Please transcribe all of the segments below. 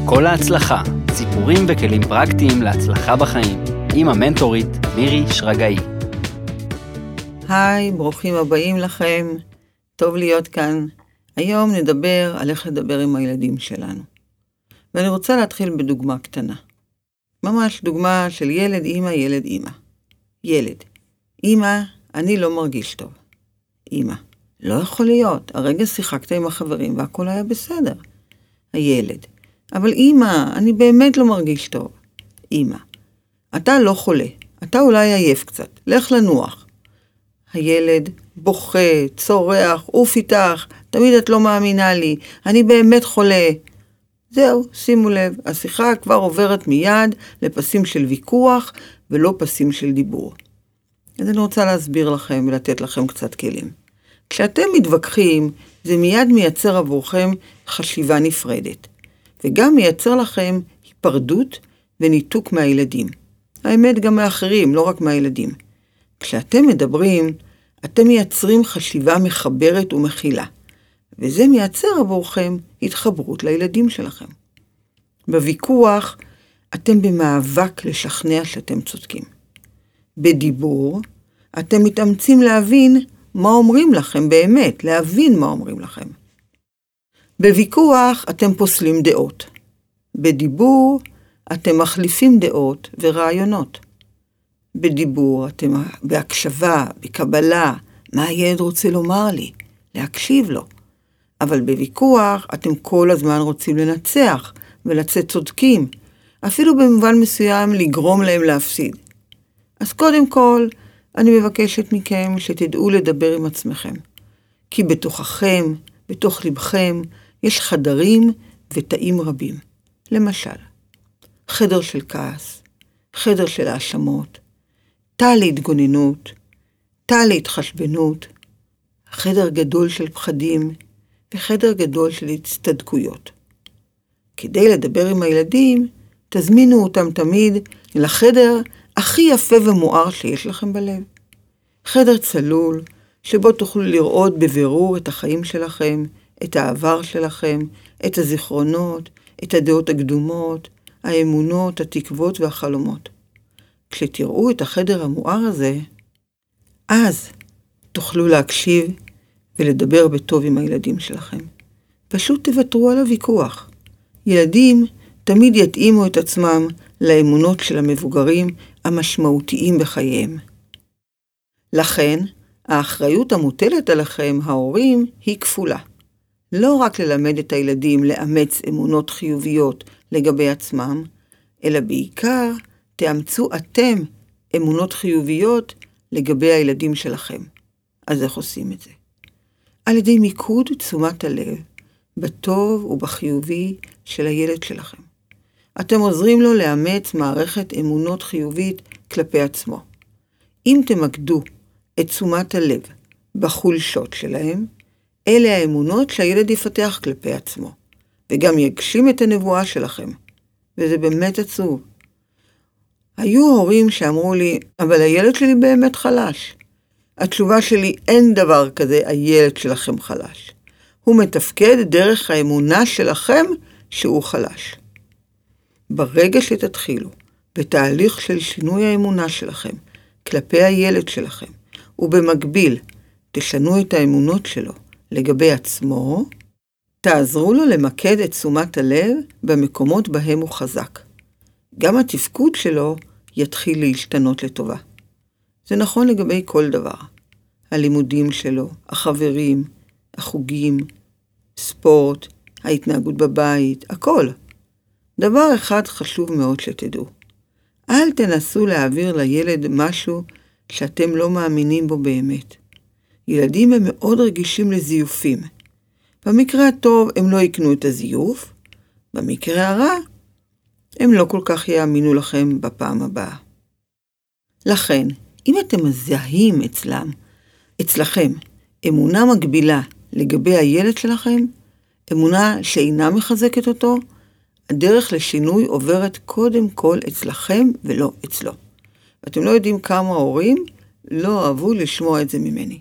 כל ההצלחה, סיפורים וכלים פרקטיים להצלחה בחיים, עם המנטורית מירי שרגאי. היי, ברוכים הבאים לכם, טוב להיות כאן. היום נדבר על איך לדבר עם הילדים שלנו. ואני רוצה להתחיל בדוגמה קטנה. ממש דוגמה של ילד, אמא, ילד, אמא. ילד, אמא, אני לא מרגיש טוב. אמא, לא יכול להיות, הרגע שיחקת עם החברים והכל היה בסדר. הילד, אבל אמא, אני באמת לא מרגיש טוב. אמא, אתה לא חולה, אתה אולי עייף קצת, לך לנוח. הילד בוכה, צורח, אוף איתך, תמיד את לא מאמינה לי, אני באמת חולה. זהו, שימו לב, השיחה כבר עוברת מיד לפסים של ויכוח ולא פסים של דיבור. אז אני רוצה להסביר לכם ולתת לכם קצת כלים. כשאתם מתווכחים, זה מיד מייצר עבורכם חשיבה נפרדת, וגם מייצר לכם היפרדות וניתוק מהילדים. האמת גם מאחרים, לא רק מהילדים. כשאתם מדברים, אתם מייצרים חשיבה מחברת ומכילה, וזה מייצר עבורכם התחברות לילדים שלכם. בוויכוח, אתם במאבק לשכנע שאתם צודקים. בדיבור, אתם מתאמצים להבין מה אומרים לכם באמת, להבין מה אומרים לכם. בוויכוח, אתם פוסלים דעות. בדיבור, אתם מחליפים דעות ורעיונות. בדיבור, אתם בהקשבה, בקבלה, מה הילד רוצה לומר לי, להקשיב לו. אבל בוויכוח, אתם כל הזמן רוצים לנצח ולצאת צודקים, אפילו במובן מסוים לגרום להם להפסיד. אז קודם כל, אני מבקשת מכם שתדעו לדבר עם עצמכם, כי בתוככם, בתוך לבכם, יש חדרים ותאים רבים. למשל, חדר של כעס, חדר של האשמות, תא להתגוננות, תא להתחשבנות, חדר גדול של פחדים וחדר גדול של הצטדקויות. כדי לדבר עם הילדים, תזמינו אותם תמיד לחדר הכי יפה ומואר שיש לכם בלב. חדר צלול, שבו תוכלו לראות בבירור את החיים שלכם, את העבר שלכם, את הזיכרונות, את הדעות הקדומות, האמונות, התקוות והחלומות. כשתראו את החדר המואר הזה, אז תוכלו להקשיב ולדבר בטוב עם הילדים שלכם. פשוט תוותרו על הוויכוח. ילדים תמיד יתאימו את עצמם לאמונות של המבוגרים המשמעותיים בחייהם. לכן, האחריות המוטלת עליכם, ההורים, היא כפולה. לא רק ללמד את הילדים לאמץ אמונות חיוביות לגבי עצמם, אלא בעיקר תאמצו אתם אמונות חיוביות לגבי הילדים שלכם. אז איך עושים את זה? על ידי מיקוד תשומת הלב, בטוב ובחיובי של הילד שלכם. אתם עוזרים לו לאמץ מערכת אמונות חיובית כלפי עצמו. אם תמקדו את תשומת הלב בחולשות שלהם, אלה האמונות שהילד יפתח כלפי עצמו, וגם יגשים את הנבואה שלכם. וזה באמת עצוב. היו הורים שאמרו לי, אבל הילד שלי באמת חלש. התשובה שלי, אין דבר כזה, הילד שלכם חלש. הוא מתפקד דרך האמונה שלכם שהוא חלש. ברגע שתתחילו בתהליך של שינוי האמונה שלכם כלפי הילד שלכם, ובמקביל תשנו את האמונות שלו לגבי עצמו, תעזרו לו למקד את תשומת הלב במקומות בהם הוא חזק. גם התפקוד שלו יתחיל להשתנות לטובה. זה נכון לגבי כל דבר. הלימודים שלו, החברים, החוגים, ספורט, ההתנהגות בבית, הכל. דבר אחד חשוב מאוד שתדעו. אל תנסו להעביר לילד משהו שאתם לא מאמינים בו באמת. ילדים הם מאוד רגישים לזיופים. במקרה הטוב הם לא יקנו את הזיוף, במקרה הרע הם לא כל כך יאמינו לכם בפעם הבאה. לכן, אם אתם מזהים אצלכם אמונה מגבילה לגבי הילד שלכם, אמונה שאינה מחזקת אותו, הדרך לשינוי עוברת קודם כל אצלכם ולא אצלו. ואתם לא יודעים כמה הורים לא אהבו לשמוע את זה ממני.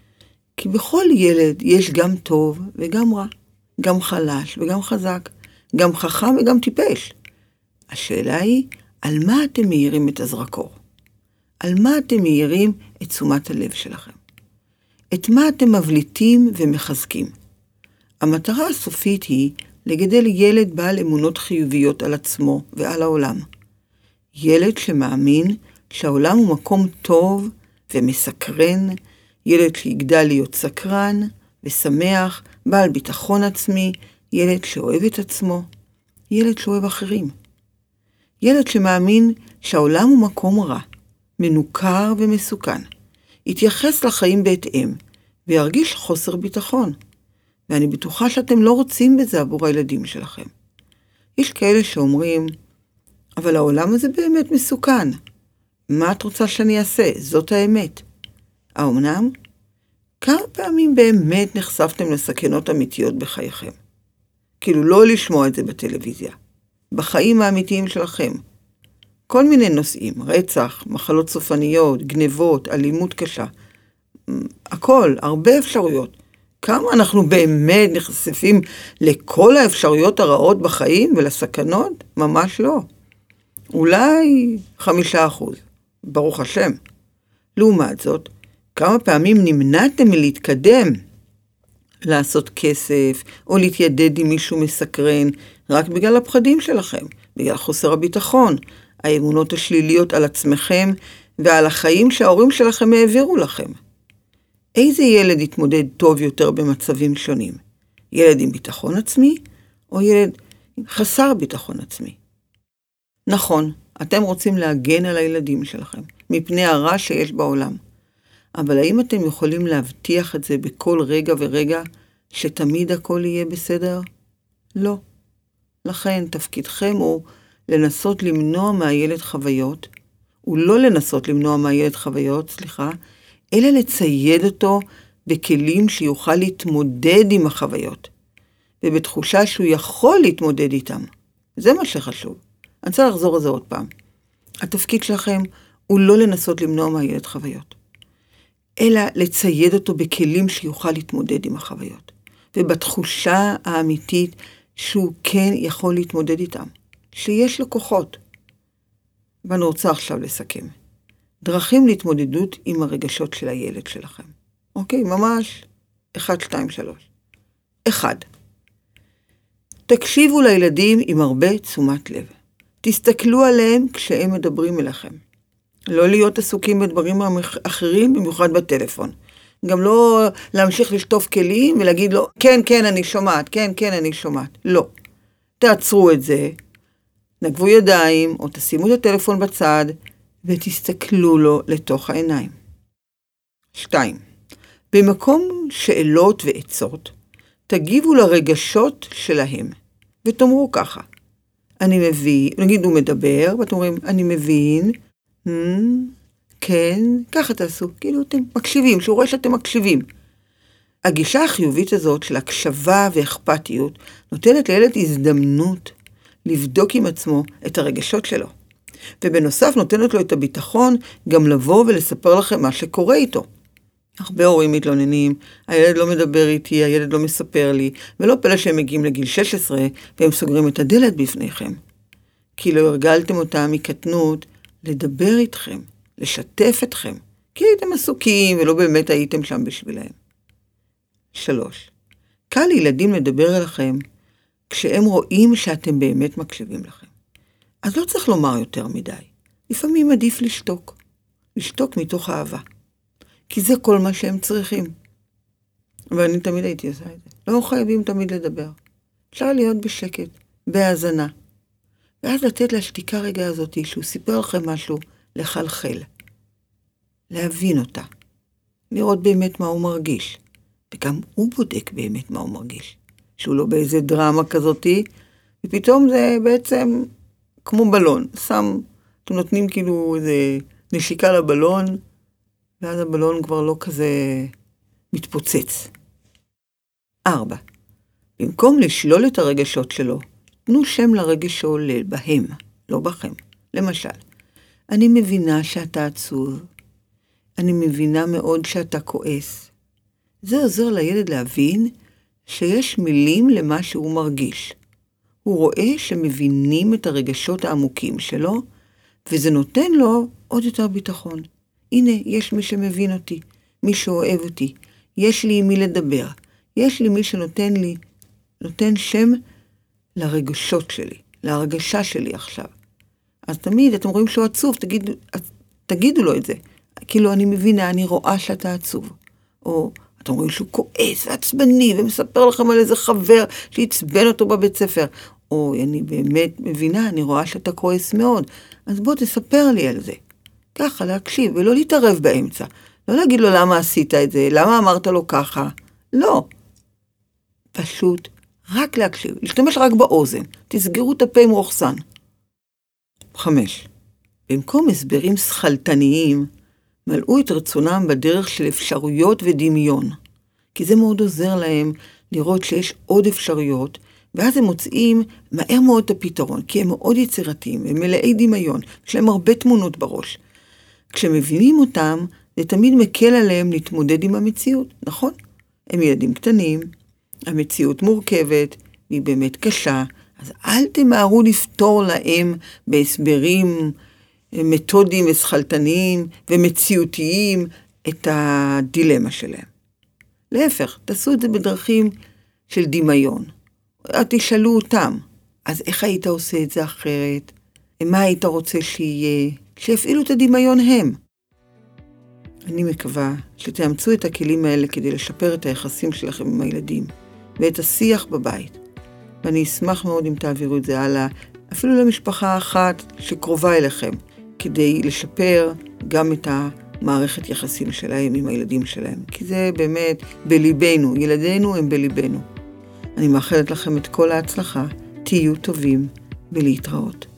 כי בכל ילד יש גם טוב וגם רע, גם חלש וגם חזק, גם חכם וגם טיפש. השאלה היא, על מה אתם מאירים את הזרקור? על מה אתם מאירים את תשומת הלב שלכם? את מה אתם מבליטים ומחזקים? המטרה הסופית היא לגדל ילד בעל אמונות חיוביות על עצמו ועל העולם. ילד שמאמין שהעולם הוא מקום טוב ומסקרן, ילד שיגדל להיות סקרן ושמח, בעל ביטחון עצמי, ילד שאוהב את עצמו, ילד שאוהב אחרים. ילד שמאמין שהעולם הוא מקום רע, מנוכר ומסוכן, יתייחס לחיים בהתאם וירגיש חוסר ביטחון. ואני בטוחה שאתם לא רוצים בזה עבור הילדים שלכם. יש כאלה שאומרים, אבל העולם הזה באמת מסוכן. מה את רוצה שאני אעשה? זאת האמת. האמנם? כמה פעמים באמת נחשפתם לסכנות אמיתיות בחייכם? כאילו לא לשמוע את זה בטלוויזיה. בחיים האמיתיים שלכם. כל מיני נושאים, רצח, מחלות סופניות, גנבות, אלימות קשה. הכל, הרבה אפשרויות. כמה אנחנו באמת נחשפים לכל האפשרויות הרעות בחיים ולסכנות? ממש לא. אולי 5%, ברוך השם. לעומת זאת, כמה פעמים נמנעתם מלהתקדם, לעשות כסף או להתיידד עם מישהו מסקרן, רק בגלל הפחדים שלכם, בגלל חוסר הביטחון, האמונות השליליות על עצמכם ועל החיים שההורים שלכם העבירו לכם. איזה ילד יתמודד טוב יותר במצבים שונים? ילד עם ביטחון עצמי או ילד חסר ביטחון עצמי? נכון, אתם רוצים להגן על הילדים שלכם מפני הרע שיש בעולם. אבל האם אתם יכולים להבטיח את זה בכל רגע ורגע שתמיד הכל יהיה בסדר? לא. לכן תפקידכם הוא לנסות למנוע מהילד חוויות, ולא לנסות למנוע מהילד חוויות, אלא לצייד אותו בכלים שיוכל להתמודד עם החוויות, ובתחושה שהוא יכול להתמודד איתם. זה מה שחשוב. אני רוצה לחזור על זה עוד פעם. התפקיד שלכם הוא לא לנסות למנוע מהילד חוויות, אלא לצייד אותו בכלים שיוכל להתמודד עם החוויות, ובתחושה האמיתית שהוא כן יכול להתמודד איתם, שיש לו כוחות. ואני רוצה עכשיו לסכם. דרכים להתמודדות עם הרגשות של הילד שלכם. אוקיי, ממש 1, 2, 3. 1. תקשיבו לילדים עם הרבה תשומת לב. תסתכלו עליהם כשהם מדברים אליכם. לא להיות עסוקים בדברים אחרים, במיוחד בטלפון. גם לא להמשיך לשטוף כלים ולהגיד לו, כן, כן, אני שומעת, כן, כן, אני שומעת. לא. תעצרו את זה, נגבו ידיים, או תשימו את הטלפון בצד, ותסתכלו לו לתוך העיניים. 2. במקום שאלות ועצות, תגיבו לרגשות שלהם, ותאמרו ככה, אני מבין, נגיד הוא מדבר, ואתם אומרים, אני מבין, כן, ככה תעשו, כאילו אתם מקשיבים, שהוא רואה שאתם מקשיבים. הגישה החיובית הזאת של הקשבה ואכפתיות, נותנת לילד הזדמנות לבדוק עם עצמו את הרגשות שלו. ובנוסף נותנת לו את הביטחון גם לבוא ולספר לכם מה שקורה איתו. הרבה הורים מתלוננים, הילד לא מדבר איתי, הילד לא מספר לי, ולא פלא שהם מגיעים לגיל 16 והם סוגרים את הדלת בפניכם. כי לא הרגלתם אותם מקטנות לדבר איתכם, לשתף אתכם, כי הייתם עסוקים ולא באמת הייתם שם בשבילהם. 3. קל לילדים לדבר אליכם כשהם רואים שאתם באמת מקשיבים לכם. אז לא צריך לומר יותר מדי. לפעמים עדיף לשתוק. לשתוק מתוך אהבה. כי זה כל מה שהם צריכים. ואני תמיד הייתי עושה את זה. לא חייבים תמיד לדבר. אפשר להיות בשקט, בהאזנה. ואז לתת לשתיקה רגע הזאת, שהוא סיפר לכם משהו, לחלחל. להבין אותה. לראות באמת מה הוא מרגיש. וגם הוא בודק באמת מה הוא מרגיש. שהוא לא באיזה דרמה כזאת, ופתאום זה בעצם כמו בלון. אתם נותנים כאילו איזה נשיקה לבלון, ואז הבלון כבר לא כזה מתפוצץ. 4. במקום לשלול את הרגשות שלו, תנו שם לרגש שעולה בהם, לא בכם. למשל, אני מבינה שאתה עצוב, אני מבינה מאוד שאתה כועס. זה עוזר לילד להבין שיש מילים למה שהוא מרגיש. הוא רואה שמבינים את הרגשות העמוקים שלו, וזה נותן לו עוד יותר ביטחון. הנה, יש מי שמבין אותי, מי שאוהב אותי, יש לי עם מי לדבר, יש לי מי שנותן לי, נותן שם לרגשות שלי, להרגשה שלי עכשיו. אז תמיד אתם רואים שהוא עצוב, תגידו לו את זה. כאילו אני מבינה, אני רואה שאתה עצוב. או אתם רואים שהוא כועס ועצבני ומספר לכם על איזה חבר שהצבן אותו בבית ספר. או אני באמת מבינה, אני רואה שאתה כועס מאוד. אז בוא תספר לי על זה. ככה להקשיב ולא להתערב באמצע. לא להגיד לו למה עשית את זה, למה אמרת לו ככה. לא. פשוט רק להקשיב. להשתמש רק באוזן. תסגרו את הפה עם רוחסן. 5. במקום הסברים שכלתניים, מלאו את רצונם בדרך של אפשרויות ודמיון. כי זה מאוד עוזר להם לראות שיש עוד אפשרויות, ואז הם מוצאים מהר מאוד את הפתרון, כי הם מאוד יצירתיים, הם מלאי דמיון, יש להם הרבה תמונות בראש. כשמבינים אותם, זה תמיד מקל עליהם להתמודד עם המציאות, נכון? הם ילדים קטנים, המציאות מורכבת, היא באמת קשה, אז אל תמהרו לפתור להם בהסברים מתודיים ושכלתניים ומציאותיים את הדילמה שלהם. להפך, תעשו את זה בדרכים של דמיון. תשאלו אותם, אז איך היית עושה את זה אחרת? מה היית רוצה שיהיה? שיפעילו את הדמיון הם. אני מקווה שתאמצו את הכלים האלה כדי לשפר את היחסים שלכם עם הילדים ואת השיח בבית. ואני אשמח מאוד אם תעבירו את זה הלאה, אפילו למשפחה אחת שקרובה אליכם, כדי לשפר גם את המערכת יחסים שלהם עם הילדים שלהם. כי זה באמת בליבנו, ילדינו הם בליבנו. אני מאחלת לכם את כל ההצלחה, תהיו טובים ולהתראות.